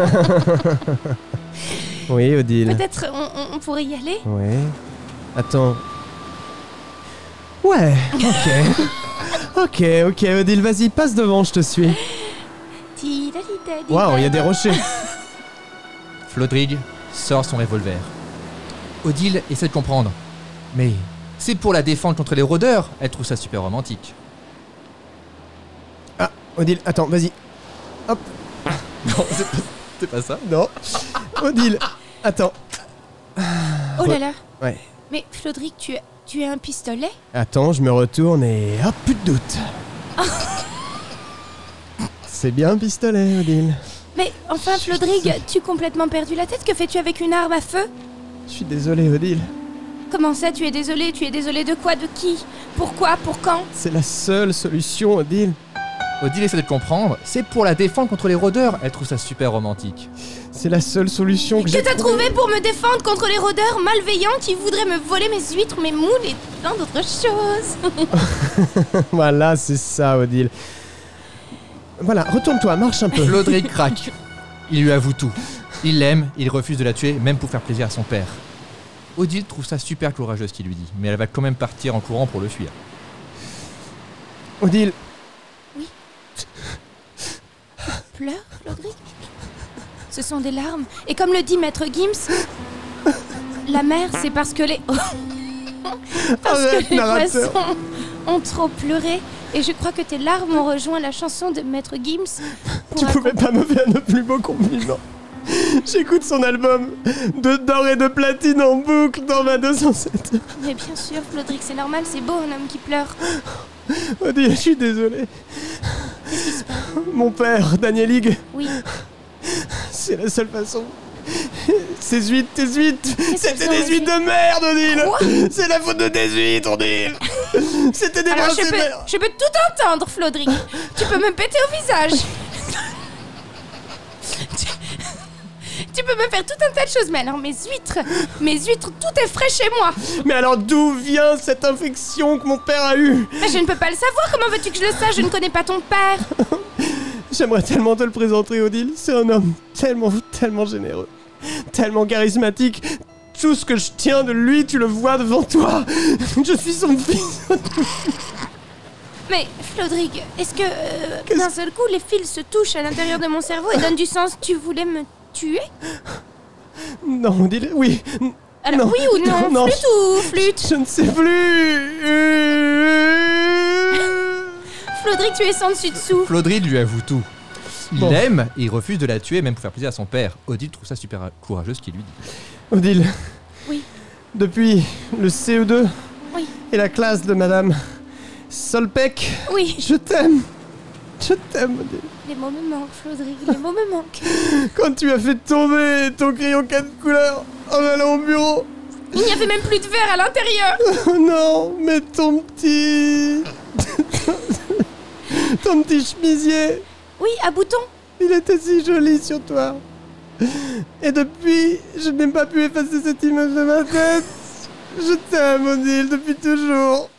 Oui, Odile.
Peut-être on pourrait y aller.
Ouais. Attends. Ouais, ok. ok, Odile, vas-y, passe devant, je te suis. Waouh, il y a des rochers.
Flodrig sort son revolver. Odile essaie de comprendre. Mais c'est pour la défendre contre les rôdeurs. Elle trouve ça super romantique.
Ah, Odile, attends, vas-y. Hop.
Non, c'est pas ça.
Non. Odile, attends.
Oh là là.
Ouais.
Mais Flodrig, tu as un pistolet?
Attends, je me retourne et hop, plus de doute. C'est bien un pistolet, Odile.
Mais enfin, Flodrig, tu complètement perdu la tête? Que fais-tu avec une arme à feu?
Je suis désolé, Odile.
Comment ça, tu es désolé? Tu es désolé de quoi? De qui? Pourquoi? Pour quand?
C'est la seule solution, Odile.
Odile essaie de comprendre. C'est pour la défendre contre les rôdeurs. Elle trouve ça super romantique.
C'est la seule solution que j'ai
Que t'as trouvé pour me défendre contre les rôdeurs malveillants qui voudraient me voler mes huîtres, mes moules et plein d'autres choses?
Voilà, c'est ça, Odile. Voilà, retourne-toi, marche un peu.
Flodrig craque. Il lui avoue tout. Il l'aime, il refuse de la tuer, même pour faire plaisir à son père. Odile trouve ça super courageux ce qu'il lui dit, mais elle va quand même partir en courant pour le fuir.
Odile.
Pleure, Flodrig? Ce sont des larmes. Et comme le dit Maître Gims, la mer, c'est parce que les... parce
Arrête,
que les
narrateur.
poissons ont trop pleuré. Et je crois que tes larmes ont rejoint la chanson de Maître Gims.
Tu pouvais pas me faire de plus beau compliment. J'écoute son album de d'or et de platine en boucle dans ma 207.
Mais bien sûr, Flodric, c'est normal, c'est beau un homme qui pleure.
Odile, je suis désolé.
Qu'est-ce qui se passe?
Mon père, Daniel Higg,
Oui.
c'est la seule façon. Ces huîtres, tes huîtres, c'était
qu'ils ont
des huîtres de merde, Odile.
Quoi?
C'est la faute de tes huîtres, Odile. C'était des
Alors
brins de merde.
je peux tout entendre, Flodric. Tu peux me péter au visage. Tu peux me faire tout un tas de choses, mais alors mes huîtres, tout est frais chez moi.
Mais alors d'où vient cette infection que mon père a eue?
Mais je ne peux pas le savoir, comment veux-tu que je le sache? Je ne connais pas ton père.
J'aimerais tellement te le présenter, Odile. C'est un homme tellement généreux, tellement charismatique. Tout ce que je tiens de lui, tu le vois devant toi. Je suis son fils.
Mais, Flodric, est-ce que d'un seul coup, les fils se touchent à l'intérieur de mon cerveau et donnent du sens? Tu voulais me tuer?
Non, Odile, oui.
Alors
Non,
oui ou non?
non,
Flûte ou flûte?
Je ne sais plus.
Flodric, tu es sans dessus-dessous.
Flodrid lui avoue tout. Il
Bon.
l'aime et il refuse de la tuer, même pour faire plaisir à son père. Odile trouve ça super courageux ce qu'il lui dit.
Odile.
Oui.
Depuis le CE2
Oui.
et la classe de Madame Solpeck,
Oui.
je t'aime. Je t'aime, Odile.
Les mots me manquent, Flodric, les mots me manquent.
Quand tu as fait tomber ton crayon 4 couleurs en allant au bureau.
Il n'y avait même plus de verre à l'intérieur.
Oh non, mais ton petit... ton petit chemisier,
Oui, à boutons.
il était si joli sur toi. Et depuis, je n'ai pas pu effacer cette image de ma tête. Je t'aime, Odile, depuis toujours.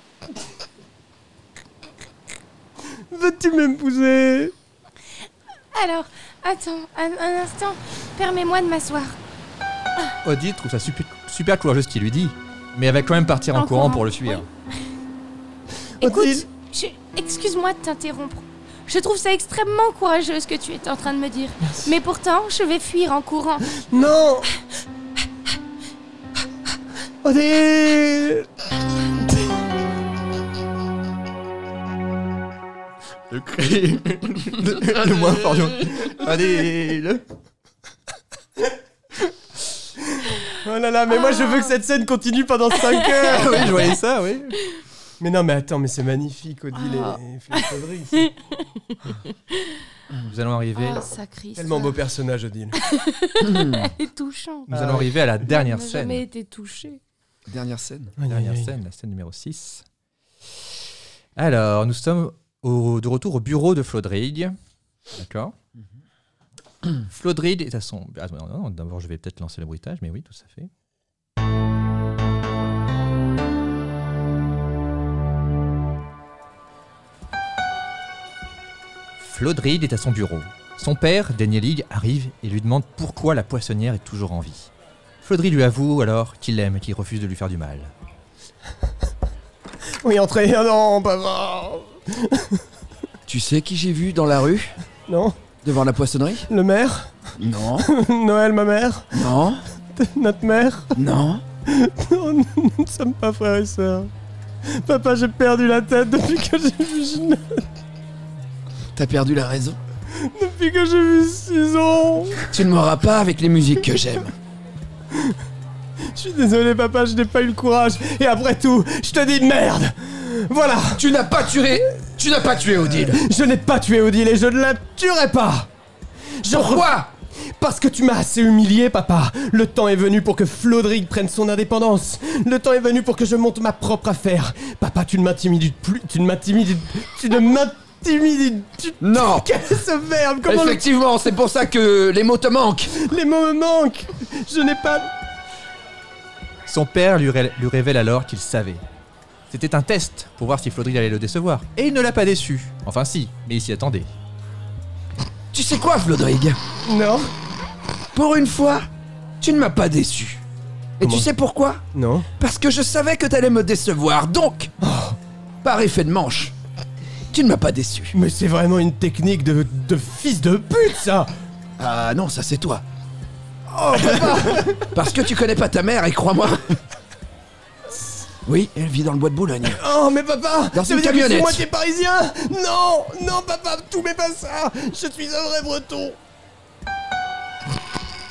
Veux-tu m'épouser?
Alors, attends, un instant. Permets-moi de m'asseoir.
Odile trouve ça super courageux ce qu'il lui dit, mais elle va quand même partir en
En
courant
courant,
pour le suivre.
Écoute,
Odile.
excuse-moi de t'interrompre. Je trouve ça extrêmement courageux ce que tu es en train de me dire. Mais pourtant, je vais fuir en courant.
Non. Odile.
Le cri le moins fort du monde. Odile.
Oh là là, mais moi je veux que cette scène continue pendant 5 heures.
Oui, je voyais ça, oui.
Mais non, mais attends, mais c'est magnifique, Odile et Flodric.
Nous allons arriver,
Oh, sacré.
Tellement beau personnage, Odile.
Elle est touchante.
nous allons arriver à la dernière
Elle n'a
scène.
jamais été touchée.
Dernière scène.
Dernière scène, la scène numéro 6. Alors, nous sommes de retour au bureau de Flodrig. D'accord. Flodrig est à son... Ah, non, d'abord, je vais peut-être lancer le bruitage, mais oui, tout à fait. Flodrig est à son bureau. Son père, Daniel Higg, arrive et lui demande pourquoi la poissonnière est toujours en vie. Flodrig lui avoue alors qu'il l'aime et qu'il refuse de lui faire du mal.
Oui, entrez. Oh non, papa.
Tu sais qui j'ai vu dans la rue?
Non,
Devant la poissonnerie?
le maire.
Non.
Noël, ma mère.
Non.
Notre mère.
Non.
Non, nous ne sommes pas frères et sœurs. Papa, j'ai perdu la tête depuis que j'ai vu Ginette.
T'as perdu la raison.
Depuis que j'ai vu Susan.
Tu ne m'auras pas avec les musiques que j'aime.
Je suis désolé, papa, je n'ai pas eu le courage. Et après tout, je te dis merde. Voilà.
Tu n'as pas tué Odile.
Je n'ai pas tué Odile et je ne la tuerai pas.
Pourquoi?
Parce que tu m'as assez humilié, papa. Le temps est venu pour que Flodrig prenne son indépendance. Le temps est venu pour que je monte ma propre affaire. Papa, tu ne m'intimides plus. Tu ne m'intimides
Non.
Quel est ce verbe? Comment
Effectivement, c'est pour ça que les mots te manquent.
les mots me manquent. Je n'ai pas...
Son père lui révèle alors qu'il savait. C'était un test pour voir si Flodrig allait le décevoir. Et il ne l'a pas déçu. Enfin si, mais il s'y attendait.
Tu sais quoi, Flodrig?
Non.
Pour une fois, tu ne m'as pas déçu. Et
Comment?
tu sais pourquoi?
Non.
Parce que je savais que t'allais me décevoir, donc, par effet de manche, tu ne m'as pas déçu.
Mais c'est vraiment une technique de fils de pute, ça.
Ah non, ça c'est toi. Oh, papa. Parce que tu connais pas ta mère, et crois-moi. Oui, elle vit dans le bois de Boulogne.
Oh, mais papa,
Dans
ça
une
veut dire que je suis
camionnette.
moitié parisien. Non, non, papa, tout mais pas ça. Je suis un vrai breton.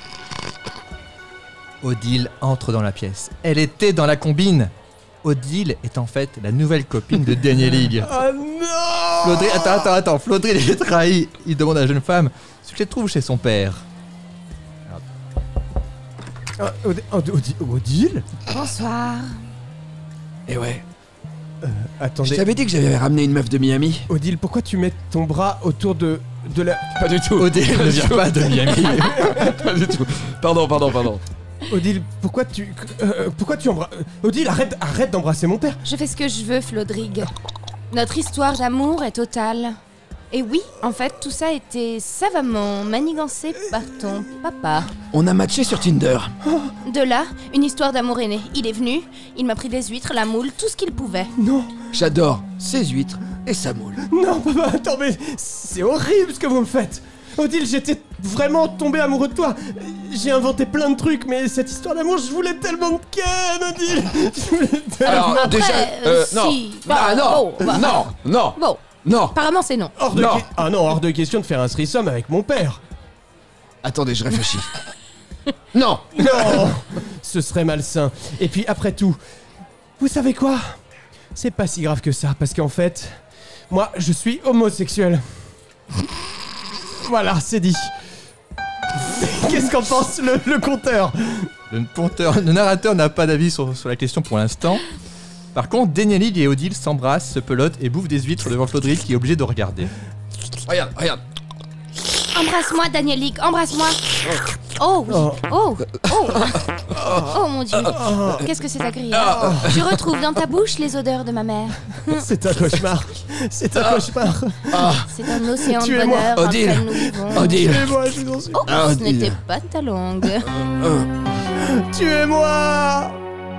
Odile entre dans la pièce. Elle était dans la combine. Odile est en fait la nouvelle copine de Danielig.
Oh non
Flodry, attends. Flodry est trahi. Il demande à la jeune femme ce qu'elle trouve chez son père.
Odile
Bonsoir.
Et ouais. Je
Attendez,
t'avais dit que j'avais ramené une meuf de Miami.
Odile, pourquoi tu mets ton bras autour de la...
Pas du tout.
Odile ne vient pas de Miami.
Pas du tout. Pardon.
Odile, pourquoi tu embrasses... Odile, arrête d'embrasser mon père.
Je fais ce que je veux, Flodrig. Notre histoire d'amour est totale. Et oui, en fait, tout ça a été savamment manigancé par ton papa.
On a matché sur Tinder.
De là, une histoire d'amour est née. Il est venu, il m'a pris des huîtres, la moule, tout ce qu'il pouvait.
Non,
J'adore ses huîtres et sa moule.
non, papa, attends, mais c'est horrible ce que vous me faites. Odile, j'étais vraiment tombé amoureux de toi. J'ai inventé plein de trucs, mais cette histoire d'amour, je voulais tellement de Ken, Odile. Je voulais tellement...
Alors
Après,
non.
si.
Ah, non.
Bon, bah,
Non.
Bon,
Non.
apparemment c'est non.
hors de question de faire un threesome avec mon père.
Attendez, je réfléchis. Non.
Non, ce serait malsain. Et puis après tout, vous savez quoi? C'est pas si grave que ça, parce qu'en fait, moi, je suis homosexuel. Voilà, c'est dit. Qu'est-ce qu'en pense le conteur?
Le narrateur n'a pas d'avis sur la question pour l'instant. Par contre, Danielig et Odile s'embrassent, se pelotent et bouffent des huîtres devant Flodrig qui est obligé de regarder.
Regarde.
Embrasse-moi, Danielig, embrasse-moi. Oh oui, oh mon Dieu, qu'est-ce que c'est agréable. Je retrouve dans ta bouche les odeurs de ma mère.
C'est un cauchemar. C'est un cauchemar.
C'est un océan de
Tuez-moi,
bonheur dans
Odile.
lequel nous vivons.
Odile.
Tuez-moi, je vous en supplie.
Oh, ce
Odile.
n'était pas ta langue.
Tuez-moi.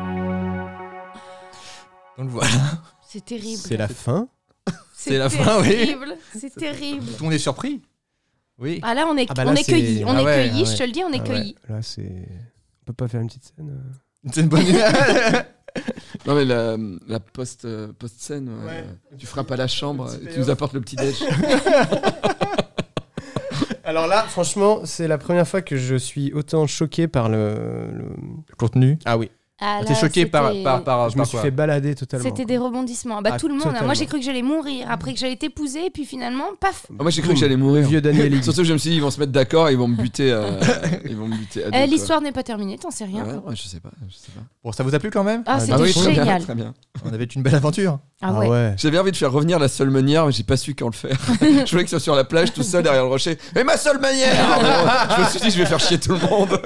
Donc voilà,
C'est terrible.
C'est la fin.
c'est la fin, oui.
terrible. C'est terrible.
Tout le monde est surpris. Oui.
Ah là, on est,
Ah bah là,
on est
c'est-
cueillis. On
Ah
est
ouais,
cueillis,
ah ouais.
je te le dis, on est cueillis.
Là, c'est... On peut pas faire une petite scène
C'est une bonne idée.
Non mais la post-scène, tu frappes à la chambre et tu nous apportes le petit déj.
Alors là, franchement, c'est la première fois que je suis autant choqué par le...
Contenu.
Ah oui.
Ah,
T'es
là,
choqué par
c'était-
Je me suis
quoi
fait balader totalement.
C'était des rebondissements. Bah
Ah,
tout le monde. Hein.
totalement.
Moi j'ai cru que j'allais mourir après que j'allais t'épouser et puis finalement, paf.
Moi j'ai cru que j'allais mourir.
Vieux Daniel.
Surtout que je me suis dit ils vont se mettre d'accord et ils vont me buter. Ils vont me buter. à deux, quoi.
L'histoire n'est pas terminée, t'en sais rien.
Ouais, je sais pas.
Bon, ça vous a plu quand même?
Ah, c'était
oui, très bien,
génial.
très bien.
On avait une belle aventure.
Ah ouais.
J'avais envie de faire revenir la seule manière, mais j'ai pas su quand le faire. Je voulais que ce soit sur la plage tout seul derrière le rocher. Et ma seule manière. Je me suis dit je vais faire chier tout le monde.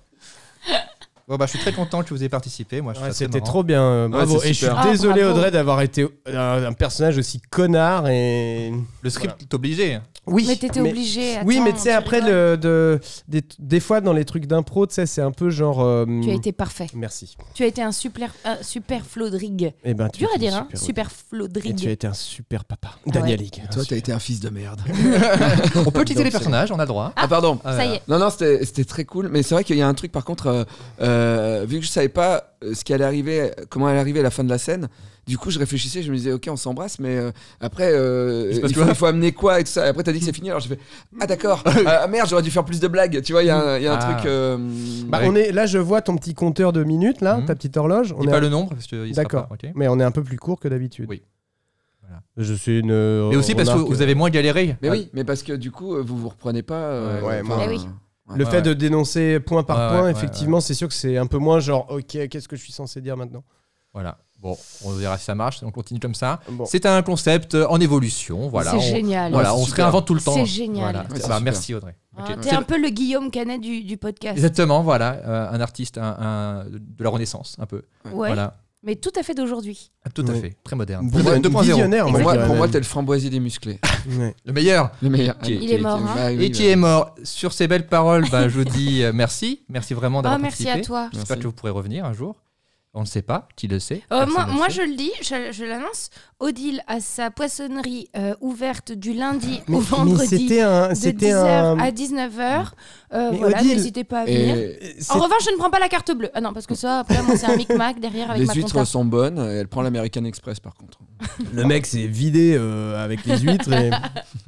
Bon, bah, je suis très content que vous ayez participé. Moi, je trouve
Ouais,
ça très
c'était
marrant.
trop bien, bravo.
c'est
Et je suis
super.
Ah,
désolé
bravo.
Audrey d'avoir été un personnage aussi connard et...
Le script est obligé.
Oui,
Mais t'étais obligé.
Oui,
attends,
mais tu sais,
tu
après,
rigoles.
des fois, dans les trucs d'impro, tu sais, c'est un peu genre...
Tu as été parfait.
Merci.
Tu as été un super Flodrig.
Eh ben, tu
Dur à
étais
dire, hein.
super
Super
Et
Flodrig.
tu as été un super papa.
Ah
Daniel
ouais.
League.
Toi t'as été un fils de merde.
On peut utiliser les
Donc,
personnages, on a le droit.
Ah pardon.
Ça y est.
Non, c'était très cool. Mais c'est vrai qu'il y a un truc, par contre, vu que je savais pas ce qui allait arriver, comment allait arriver à la fin de la scène, du coup, je réfléchissais, je me disais, ok, on s'embrasse, mais après,
se passe
il
quoi
faut amener quoi et tout ça. Et après, t'as dit que c'est fini, alors j'ai fait, ah d'accord, ah merde, j'aurais dû faire plus de blagues. Tu vois, il y a un
Ah.
truc.
Bah,
Ouais.
là, je vois ton petit compteur de minutes, là,
Mhm.
ta petite horloge.
Dis
On est
pas
à-
le nombre, parce que il sera
D'accord.
pas, ok.
Mais on est un peu plus court que d'habitude.
Oui. Voilà.
Je sais une.
Mais aussi parce que
remarque.
vous avez moins galéré.
Mais oui, mais parce que du coup, vous reprenez pas.
Ouais, moi-
Eh oui.
Le
Ouais,
fait
ouais.
de dénoncer point par
Ouais,
point,
ouais,
effectivement, c'est sûr que c'est un peu moins genre, ok, qu'est-ce que je suis censé dire maintenant?
Voilà. Bon, on verra si ça marche. On continue comme ça.
Bon.
C'est un concept en évolution. Voilà.
C'est
On-
génial.
Voilà,
Ouais,
on
c'est
se
super.
réinvente tout le temps.
C'est génial.
Voilà.
Ouais, c'est
Bah,
super.
merci Audrey.
Ah,
Ok.
T'es
C'est-
un peu le Guillaume Canet du podcast.
Exactement, voilà, un artiste de la Renaissance, un peu.
Ouais.
Voilà,
Mais tout à fait d'aujourd'hui.
tout à
Ouais.
fait, très moderne.
Visionnaire,
2.0.
visionnaire,
Pour
moi, je
moi,
dirais
pour moi,
même.
t'es le framboisier des musclés.
Ouais.
Le meilleur.
Le meilleur.
Qui-
Il est mort, hein.
bah oui,
Et qui
bah.
est mort. Sur ces belles paroles, bah, je vous dis merci. Merci vraiment
Oh,
d'avoir
merci
participé.
à toi.
J'espère
Merci.
que vous pourrez revenir un jour. On ne sait pas, qui le sait. Personne ne le
Moi,
sait.
je le dis, je l'annonce. Odile a sa poissonnerie ouverte du lundi
Mais,
au
mais
vendredi
c'était un.
de
C'était
10h
un.
à 19h.
Mais
Voilà,
Odile-
n'hésitez pas à venir.
Et
c'est-
En revanche, je ne prends pas la carte bleue. Ah non, parce que ça, après, moi, c'est un micmac derrière avec
les
ma
huîtres
compta.
sont bonnes. Et elle prend l'American Express par contre.
Le mec s'est vidé avec les huîtres.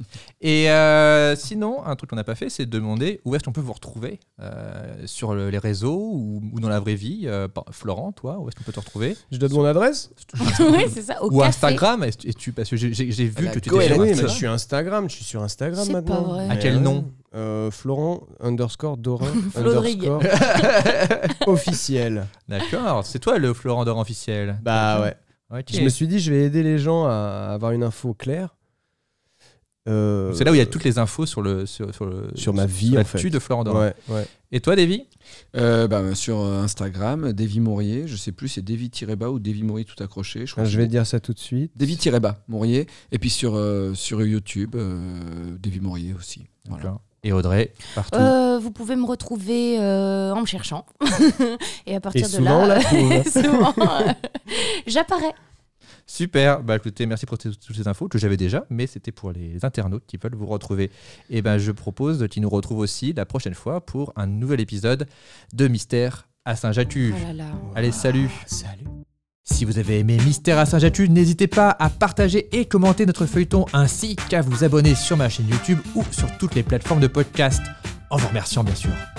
Et sinon, un truc qu'on n'a pas fait, c'est de demander où est-ce qu'on peut vous retrouver sur les réseaux ou dans la vraie vie. Florent, toi, où est-ce qu'on peut te retrouver?
Je donne mon adresse?
Oui, c'est ça. Au
Ou
café.
Instagram? Parce que j'ai vu
La
que tu
goélette.
étais
Oui,
sur
mais
Instagram.
je suis sur Instagram
C'est
maintenant.
pas vrai.
À quel nom?
Florent_Dorin
Flodrig.
officiel.
D'accord, c'est toi le Florent Dorin officiel.
Bah ouais.
Ok.
Je me suis dit, je vais aider les gens à avoir une info claire.
C'est là où il y a toutes les infos sur
ma vie,
sur
en
l'actu
fait.
de Florent Dorin.
Ouais.
Et toi, Davy?
Sur Instagram, Davy Mourier, je sais plus, c'est Davy-bas ou Davy Mourier tout accroché. Je crois que
Je vais te dire ça tout de suite.
Davy-bas Mourier. Et puis sur YouTube, Davy Mourier aussi. Voilà.
D'accord. Et Audrey, partout.
Vous pouvez me retrouver en me cherchant. Et à partir
Et
de
souvent, on
là,
la trouve.
souvent, j'apparais.
Super, bah écoutez, merci pour toutes ces infos que j'avais déjà, mais c'était pour les internautes qui veulent vous retrouver. Et ben je propose qu'ils nous retrouvent aussi la prochaine fois pour un nouvel épisode de Mystère à Saint-Jatu.
Oh là là.
Allez, salut.
Salut.
Si vous avez aimé Mystère à Saint-Jatu, n'hésitez pas à partager et commenter notre feuilleton ainsi qu'à vous abonner sur ma chaîne YouTube ou sur toutes les plateformes de podcast. En vous remerciant bien sûr.